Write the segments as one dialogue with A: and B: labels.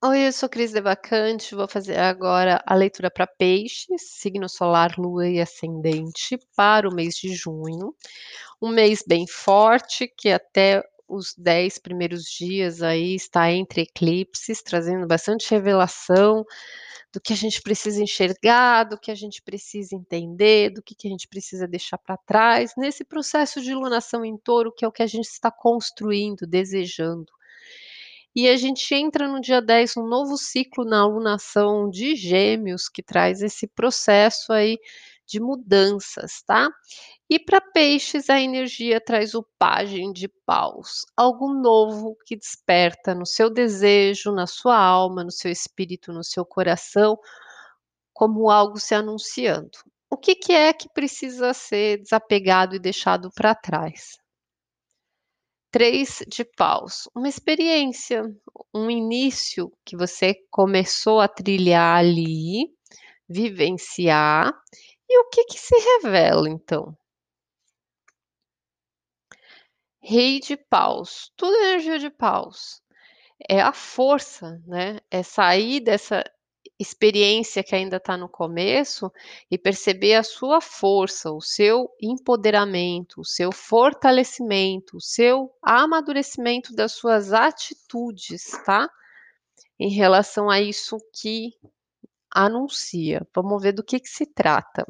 A: Oi, eu sou Cris Devacante, vou fazer agora a leitura para peixes, signo solar, lua e ascendente, para o mês de junho. Um mês bem forte, que até os 10 primeiros dias aí está entre eclipses, trazendo bastante revelação do que a gente precisa enxergar, do que a gente precisa entender, do que a gente precisa deixar para trás, nesse processo de lunação em touro, que é o que a gente está construindo, desejando. E a gente entra no dia 10 num novo ciclo na alunação de Gêmeos, que traz esse processo aí de mudanças, tá? E para Peixes, a energia traz o Pajem de Paus, algo novo que desperta no seu desejo, na sua alma, no seu espírito, no seu coração, como algo se anunciando. O que é que precisa ser desapegado e deixado para trás? Três de paus, uma experiência, um início que você começou a trilhar ali, vivenciar, e o que se revela então? Rei de paus, tudo é energia de paus. É a força, né, é sair dessa experiência que ainda está no começo e perceber a sua força, o seu empoderamento, o seu fortalecimento, o seu amadurecimento das suas atitudes, tá? Em relação a isso que anuncia. Vamos ver do que se trata.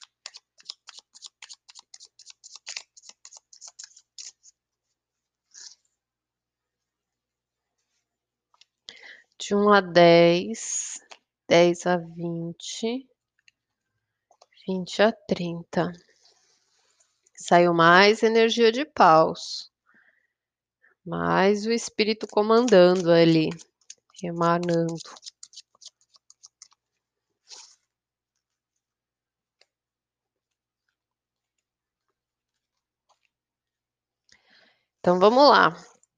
A: De 1 a 10, 10 a 20, 20 a 30. Saiu mais energia de paus, mais o espírito comandando ali, emanando. Então vamos lá.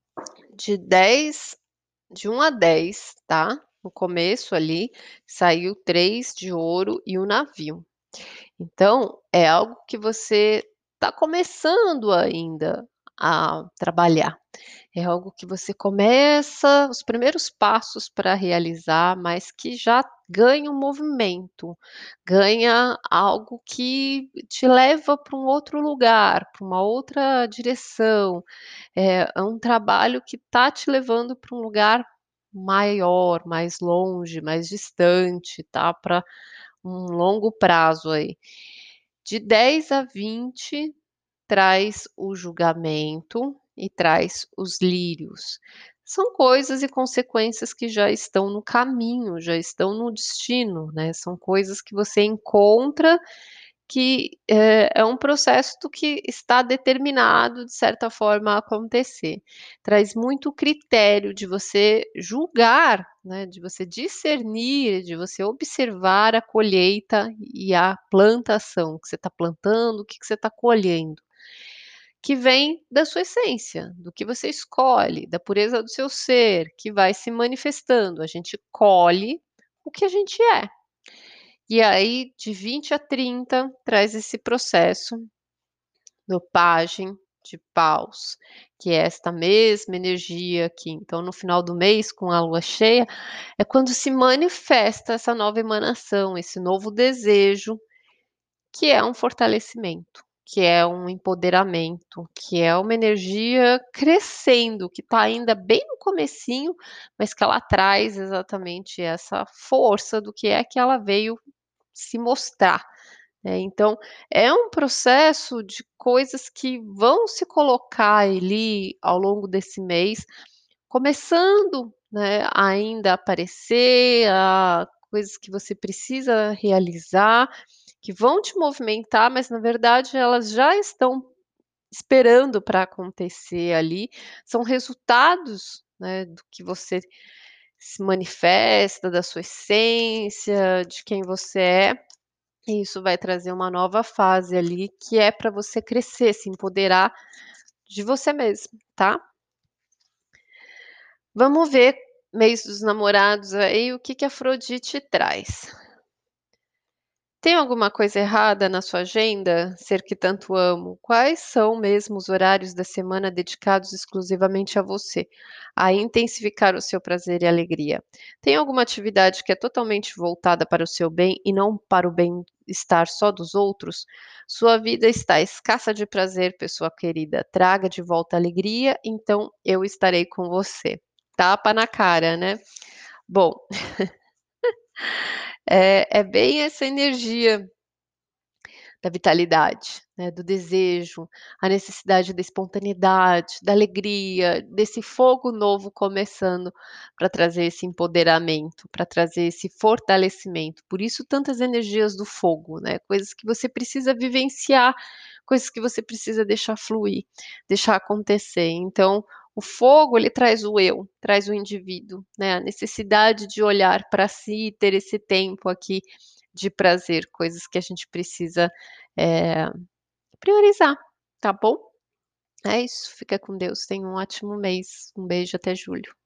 A: De 10, de 1 a 10, tá? No começo ali, saiu 3 de ouro e o navio. Então, é algo que você está começando ainda a trabalhar. É algo que você começa os primeiros passos para realizar, mas que já ganha um movimento, ganha algo que te leva para um outro lugar, para uma outra direção. É um trabalho que está te levando para um lugar maior, mais longe, mais distante, tá? Para um longo prazo aí. De 10 a 20 traz o julgamento e traz os lírios. São coisas e consequências que já estão no caminho, já estão no destino, né? São coisas que você encontra que é um processo do que está determinado, de certa forma, a acontecer. Traz muito critério de você julgar, né, de você discernir, de você observar a colheita e a plantação, o que você está plantando, o que você está colhendo, que vem da sua essência, do que você escolhe, da pureza do seu ser, que vai se manifestando. A gente colhe o que a gente é. E aí, de 20 a 30, traz esse processo do pajem de paus, que é esta mesma energia aqui. Então, no final do mês, com a lua cheia, é quando se manifesta essa nova emanação, esse novo desejo, que é um fortalecimento, que é um empoderamento, que é uma energia crescendo, que está ainda bem no comecinho, mas que ela traz exatamente essa força do que ela veio se mostrar, né. Então, é um processo de coisas que vão se colocar ali ao longo desse mês, começando, né, ainda a aparecer, a coisas que você precisa realizar, que vão te movimentar, mas na verdade elas já estão esperando para acontecer ali, são resultados, né, do que você se manifesta, da sua essência, de quem você é. E isso vai trazer uma nova fase ali, que é para você crescer, se empoderar de você mesmo, tá. Vamos ver mês dos namorados aí, o que Afrodite traz. Tem alguma coisa errada na sua agenda, ser que tanto amo? Quais são mesmo os horários da semana dedicados exclusivamente a você, a intensificar o seu prazer e alegria? Tem alguma atividade que é totalmente voltada para o seu bem e não para o bem-estar só dos outros? Sua vida está escassa de prazer, pessoa querida. Traga de volta a alegria, então eu estarei com você. Tapa na cara, né? Bom, é bem essa energia da vitalidade, né, do desejo, a necessidade da espontaneidade, da alegria, desse fogo novo começando para trazer esse empoderamento, para trazer esse fortalecimento. Por isso tantas energias do fogo, né, coisas que você precisa vivenciar, coisas que você precisa deixar fluir, deixar acontecer. Então, o fogo ele traz o eu, traz o indivíduo, né, a necessidade de olhar para si e ter esse tempo aqui de prazer, coisas que a gente precisa eh, priorizar, tá bom? É isso, fica com Deus, tenha um ótimo mês. Um beijo, até julho.